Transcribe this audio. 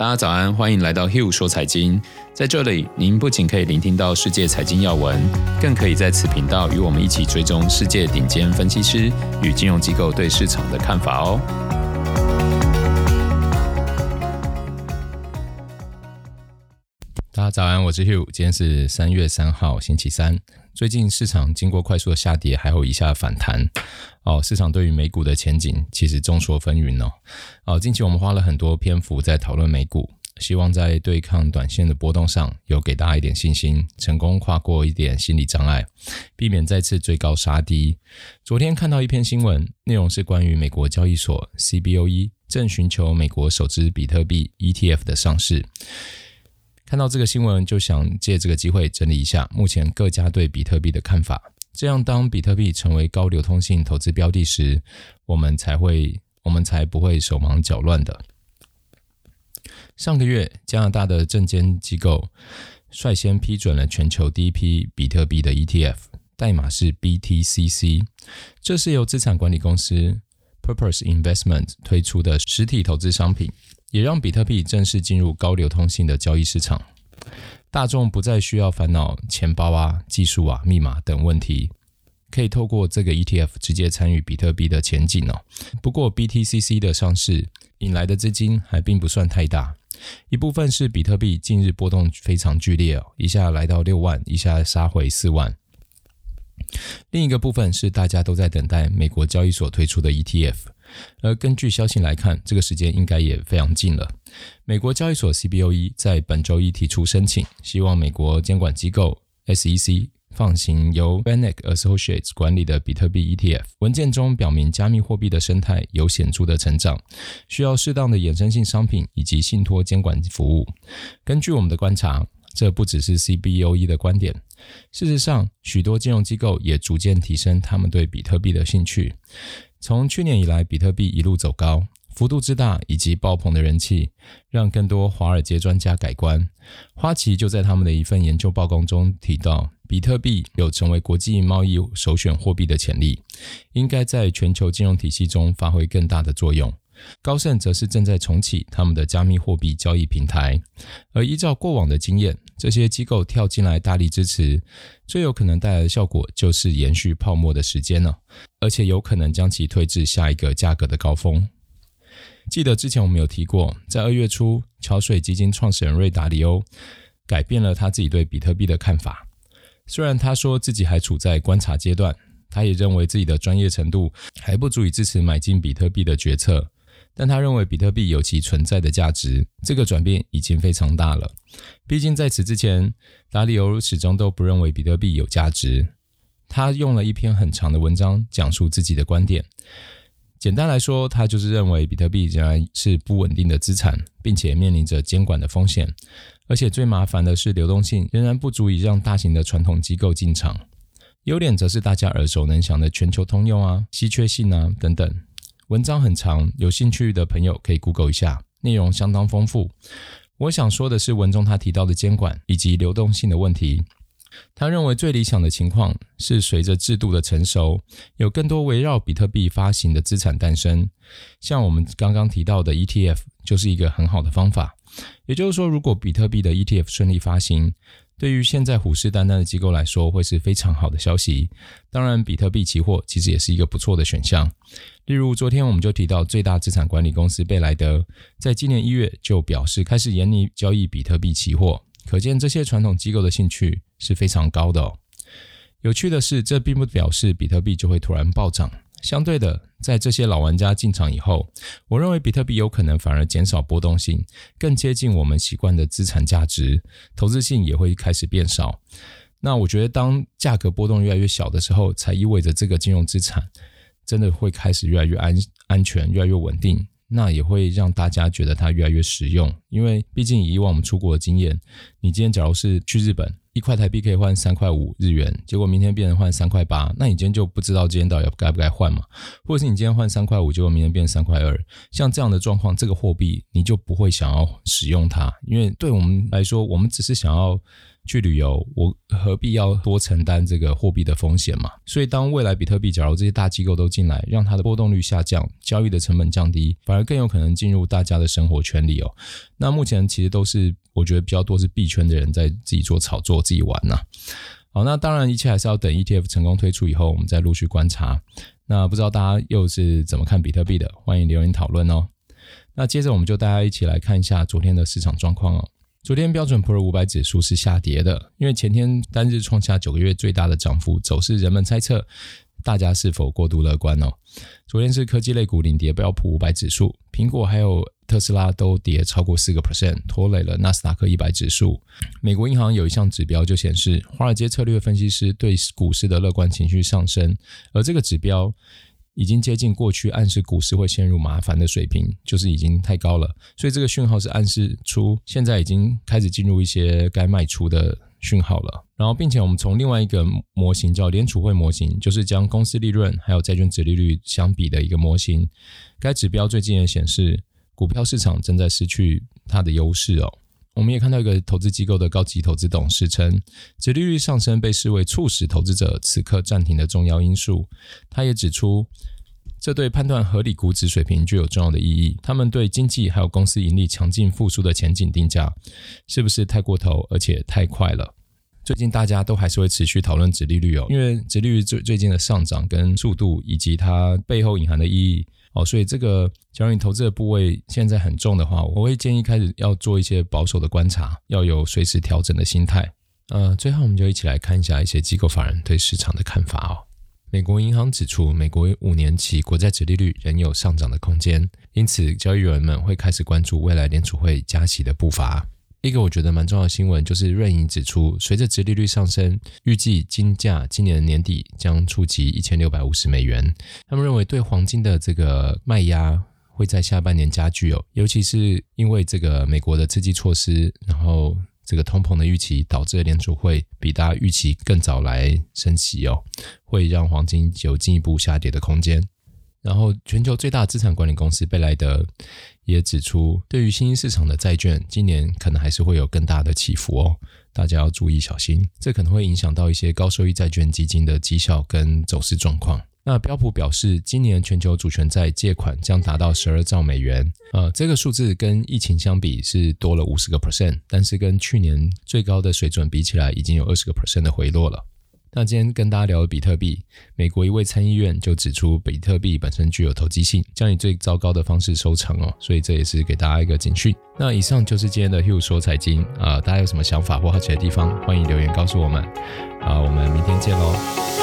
大家早安，欢迎来到 Hugh 说财经。在这里，您不仅可以聆听到世界财经要闻，更可以在此频道与我们一起追踪世界顶尖分析师与金融机构对市场的看法哦。 大家早安，我是 Hugh， 今天是3月3号星期三。最近市场经过快速的下跌，还有以下反弹市场对于美股的前景其实众说纷纭近期我们花了很多篇幅在讨论美股，希望在对抗短线的波动上有给大家一点信心，成功跨过一点心理障碍，避免再次追高杀低。昨天看到一篇新闻，内容是关于美国交易所 CBOE 正寻求美国首支比特币 ETF 的上市。看到这个新闻，就想借这个机会整理一下目前各家对比特币的看法，这样当比特币成为高流通性投资标的时，我们才不会手忙脚乱的。上个月，加拿大的证监机构率先批准了全球第一批比特币的 ETF， 代码是 BTCC， 这是由资产管理公司 Purpose Investment 推出的实体投资商品，也让比特币正式进入高流通性的交易市场。大众不再需要烦恼钱包技术密码等问题，可以透过这个 ETF 直接参与比特币的前景不过 BTCC 的上市引来的资金还并不算太大，一部分是比特币近日波动非常剧烈一下来到6万，一下杀回4万。另一个部分是大家都在等待美国交易所推出的 ETF， 而根据消息来看，这个时间应该也非常近了。美国交易所 CBOE 在本周一提出申请，希望美国监管机构 SEC 放行由 Vanek Associates 管理的比特币 ETF。 文件中表明加密货币的生态有显著的成长，需要适当的衍生性商品以及信托监管服务。根据我们的观察，这不只是 CBOE 的观点，事实上许多金融机构也逐渐提升他们对比特币的兴趣。从去年以来，比特币一路走高，幅度之大以及爆棚的人气让更多华尔街专家改观。花旗就在他们的一份研究报告中提到，比特币有成为国际贸易首选货币的潜力，应该在全球金融体系中发挥更大的作用。高盛则是正在重启他们的加密货币交易平台，而依照过往的经验，这些机构跳进来大力支持，最有可能带来的效果就是延续泡沫的时间而且有可能将其推至下一个价格的高峰。记得之前我们有提过，在2月初，桥水基金创始人瑞达里欧改变了他自己对比特币的看法。虽然他说自己还处在观察阶段，他也认为自己的专业程度还不足以支持买进比特币的决策，但他认为比特币有其存在的价值，这个转变已经非常大了。毕竟在此之前，达里欧始终都不认为比特币有价值。他用了一篇很长的文章讲述自己的观点。简单来说，他就是认为比特币仍然是不稳定的资产，并且面临着监管的风险，而且最麻烦的是流动性仍然不足以让大型的传统机构进场。优点则是大家耳熟能详的全球通用稀缺性等等。文章很长，有兴趣的朋友可以 Google 一下，内容相当丰富。我想说的是文中他提到的监管以及流动性的问题。他认为最理想的情况是随着制度的成熟，有更多围绕比特币发行的资产诞生，像我们刚刚提到的 ETF 就是一个很好的方法。也就是说，如果比特币的 ETF 顺利发行，对于现在虎视眈眈的机构来说会是非常好的消息。当然比特币期货其实也是一个不错的选项。例如昨天我们就提到最大资产管理公司贝莱德在今年1月就表示开始研拟交易比特币期货，可见这些传统机构的兴趣是非常高的有趣的是，这并不表示比特币就会突然暴涨。相对的，在这些老玩家进场以后，我认为比特币有可能反而减少波动性，更接近我们习惯的资产价值，投资性也会开始变少。那我觉得当价格波动越来越小的时候，才意味着这个金融资产真的会开始越来越安全，越来越稳定，那也会让大家觉得它越来越实用。因为毕竟以往我们出国的经验，你今天假如是去日本，1块台币可以换3.5块日元，结果明天变成换3.8块，那你今天就不知道今天到底该不该换嘛？或者是你今天换3.5块，结果明天变成3.2块，像这样的状况，这个货币你就不会想要使用它，因为对我们来说，我们只是想要去旅游，我何必要多承担这个货币的风险嘛？所以当未来比特币假如这些大机构都进来，让它的波动率下降，交易的成本降低，反而更有可能进入大家的生活圈里哦。那目前其实都是我觉得比较多是币圈的人在自己做炒作，自己玩啊。好，那当然一切还是要等 ETF 成功推出以后，我们再陆续观察。那不知道大家又是怎么看比特币的？欢迎留言讨论哦。那接着我们就大家一起来看一下昨天的市场状况哦。昨天标准普尔500指数是下跌的，因为前天单日创下9个月最大的涨幅，走势人们猜测大家是否过度乐观哦。昨天是科技类股领跌标普500指数，苹果还有特斯拉都跌超过 4%， 拖累了纳斯达克100指数。美国银行有一项指标就显示，华尔街策略分析师对股市的乐观情绪上升，而这个指标已经接近过去暗示股市会陷入麻烦的水平，就是已经太高了，所以这个讯号是暗示出现在已经开始进入一些该卖出的讯号了。然后并且我们从另外一个模型叫联储会模型，就是将公司利润还有债券殖利率相比的一个模型，该指标最近也显示股票市场正在失去它的优势哦。我们也看到一个投资机构的高级投资董事称，殖利率上升被视为促使投资者此刻暂停的重要因素。他也指出，这对判断合理估值水平具有重要的意义。他们对经济还有公司盈利强劲复苏的前景定价，是不是太过头而且太快了？最近大家都还是会持续讨论殖利率哦，因为殖利率最近的上涨跟速度以及它背后隐含的意义所以这个假如你投资的部位现在很重的话，我会建议开始要做一些保守的观察，要有随时调整的心态。最后我们就一起来看一下一些机构法人对市场的看法哦。美国银行指出，美国5年期国债殖利率仍有上涨的空间，因此交易员们会开始关注未来联储会加息的步伐。一个我觉得蛮重要的新闻就是瑞银指出，随着殖利率上升，预计金价今年年底将触及$1650。他们认为对黄金的这个卖压会在下半年加剧哦，尤其是因为这个美国的刺激措施，然后这个通膨的预期导致联储会比大家预期更早来升息哦，会让黄金有进一步下跌的空间。然后全球最大的资产管理公司贝莱德也指出，对于新兴市场的债券今年可能还是会有更大的起伏哦，大家要注意小心，这可能会影响到一些高收益债券基金的绩效跟走势状况。那标普表示，今年全球主权债借款将达到$12兆，这个数字跟疫情相比是多了 50%， 但是跟去年最高的水准比起来已经有 20% 的回落了。那今天跟大家聊的比特币，美国一位参议院就指出，比特币本身具有投机性，将以最糟糕的方式收场哦，所以这也是给大家一个警讯。那以上就是今天的 Hugh 说财经大家有什么想法或好奇的地方，欢迎留言告诉我们我们明天见咯。